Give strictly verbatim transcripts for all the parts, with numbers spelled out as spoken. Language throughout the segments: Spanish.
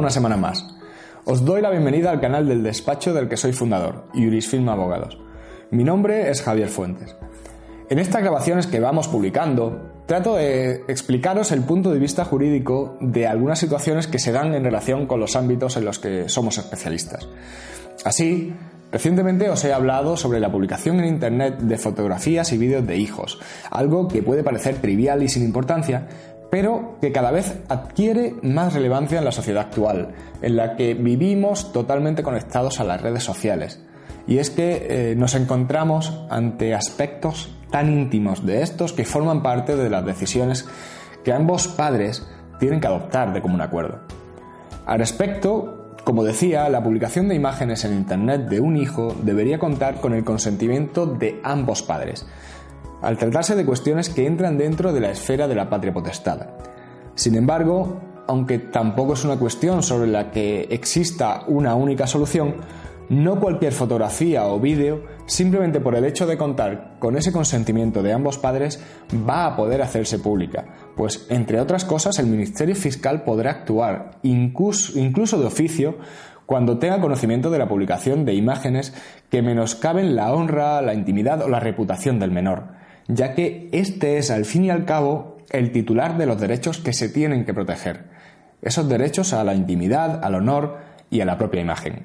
una semana más. Os doy la bienvenida al canal del despacho del que soy fundador, Jurisfilm Abogados. Mi nombre es Javier Fuentes. En estas grabaciones que vamos publicando, trato de explicaros el punto de vista jurídico de algunas situaciones que se dan en relación con los ámbitos en los que somos especialistas. Así, recientemente os he hablado sobre la publicación en Internet de fotografías y vídeos de hijos, algo que puede parecer trivial y sin importancia, pero que cada vez adquiere más relevancia en la sociedad actual, en la que vivimos totalmente conectados a las redes sociales. Y es que eh, nos encontramos ante aspectos tan íntimos de estos que forman parte de las decisiones que ambos padres tienen que adoptar de común acuerdo. Al respecto, como decía, la publicación de imágenes en Internet de un hijo debería contar con el consentimiento de ambos padres, al tratarse de cuestiones que entran dentro de la esfera de la patria potestad. Sin embargo, aunque tampoco es una cuestión sobre la que exista una única solución, no cualquier fotografía o vídeo, simplemente por el hecho de contar con ese consentimiento de ambos padres, va a poder hacerse pública, pues, entre otras cosas, el Ministerio Fiscal podrá actuar, incluso, incluso de oficio, cuando tenga conocimiento de la publicación de imágenes que menoscaben la honra, la intimidad o la reputación del menor, ya que este es, al fin y al cabo, el titular de los derechos que se tienen que proteger, esos derechos a la intimidad, al honor y a la propia imagen.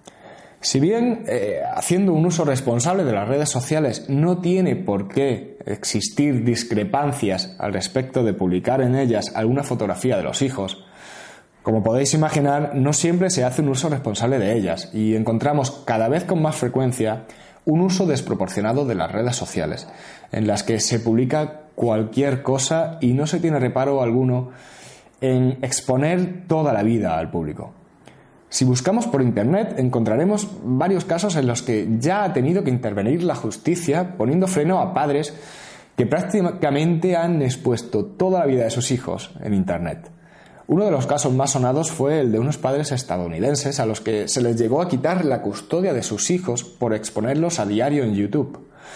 Si bien, eh, haciendo un uso responsable de las redes sociales, no tiene por qué existir discrepancias al respecto de publicar en ellas alguna fotografía de los hijos, como podéis imaginar, no siempre se hace un uso responsable de ellas y encontramos cada vez con más frecuencia un uso desproporcionado de las redes sociales, en las que se publica cualquier cosa y no se tiene reparo alguno en exponer toda la vida al público. Si buscamos por Internet encontraremos varios casos en los que ya ha tenido que intervenir la justicia poniendo freno a padres que prácticamente han expuesto toda la vida de sus hijos en Internet. Uno de los casos más sonados fue el de unos padres estadounidenses a los que se les llegó a quitar la custodia de sus hijos por exponerlos a diario en YouTube.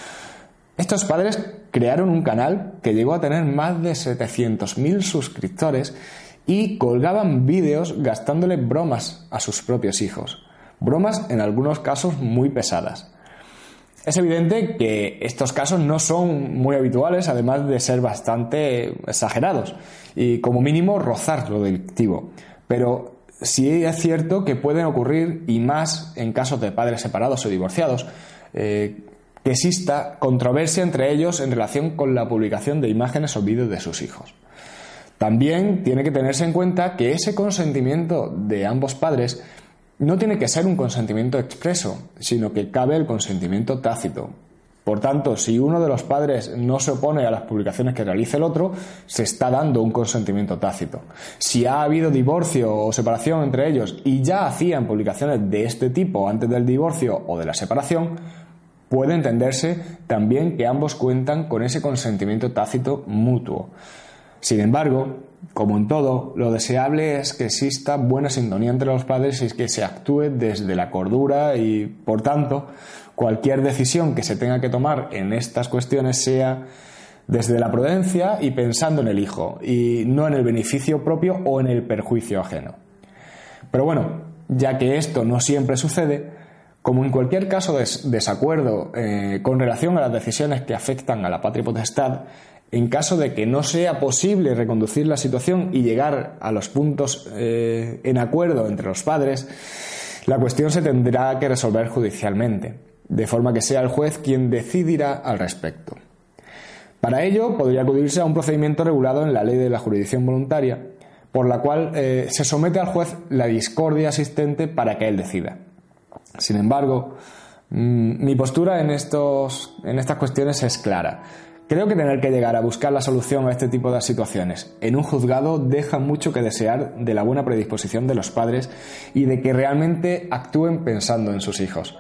Estos padres crearon un canal que llegó a tener más de setecientos mil suscriptores y colgaban vídeos gastándole bromas a sus propios hijos. Bromas en algunos casos muy pesadas. Es evidente que estos casos no son muy habituales, además de ser bastante exagerados y como mínimo rozar lo delictivo. Pero sí es cierto que pueden ocurrir, y más en casos de padres separados o divorciados, eh, que exista controversia entre ellos en relación con la publicación de imágenes o vídeos de sus hijos. También tiene que tenerse en cuenta que ese consentimiento de ambos padres no tiene que ser un consentimiento expreso, sino que cabe el consentimiento tácito. Por tanto, si uno de los padres no se opone a las publicaciones que realice el otro, se está dando un consentimiento tácito. Si ha habido divorcio o separación entre ellos y ya hacían publicaciones de este tipo antes del divorcio o de la separación, puede entenderse también que ambos cuentan con ese consentimiento tácito mutuo. Sin embargo, como en todo, lo deseable es que exista buena sintonía entre los padres y que se actúe desde la cordura y, por tanto, cualquier decisión que se tenga que tomar en estas cuestiones sea desde la prudencia y pensando en el hijo, y no en el beneficio propio o en el perjuicio ajeno. Pero bueno, ya que esto no siempre sucede, como en cualquier caso de desacuerdo eh, con relación a las decisiones que afectan a la patria potestad, en caso de que no sea posible reconducir la situación y llegar a los puntos eh, en acuerdo entre los padres, la cuestión se tendrá que resolver judicialmente, de forma que sea el juez quien decidirá al respecto. Para ello, podría acudirse a un procedimiento regulado en la Ley de la Jurisdicción Voluntaria, por la cual eh, se somete al juez la discordia existente para que él decida. Sin embargo, mmm, mi postura en, estos, en estas cuestiones es clara. Creo que tener que llegar a buscar la solución a este tipo de situaciones en un juzgado deja mucho que desear de la buena predisposición de los padres y de que realmente actúen pensando en sus hijos.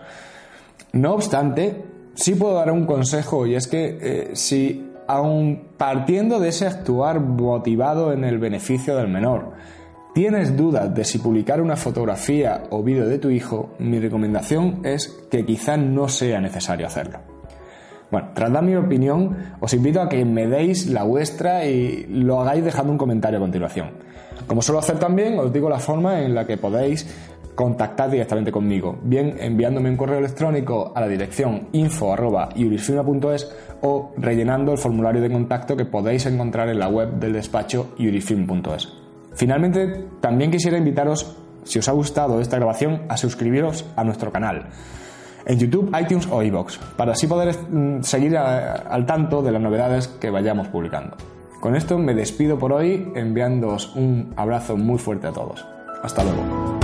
No obstante, sí puedo dar un consejo, y es que eh, si, aun partiendo de ese actuar motivado en el beneficio del menor, tienes dudas de si publicar una fotografía o vídeo de tu hijo, mi recomendación es que quizá no sea necesario hacerlo. Bueno, tras dar mi opinión, os invito a que me deis la vuestra y lo hagáis dejando un comentario a continuación. Como suelo hacer también, os digo la forma en la que podéis contactar directamente conmigo, bien enviándome un correo electrónico a la dirección info arroba iurisfilma punto es o rellenando el formulario de contacto que podéis encontrar en la web del despacho iurisfilm punto es. Finalmente, también quisiera invitaros, si os ha gustado esta grabación, a suscribiros a nuestro canal en YouTube, iTunes o iVoox, para así poder seguir a, al tanto de las novedades que vayamos publicando. Con esto me despido por hoy, enviándoos un abrazo muy fuerte a todos. Hasta luego.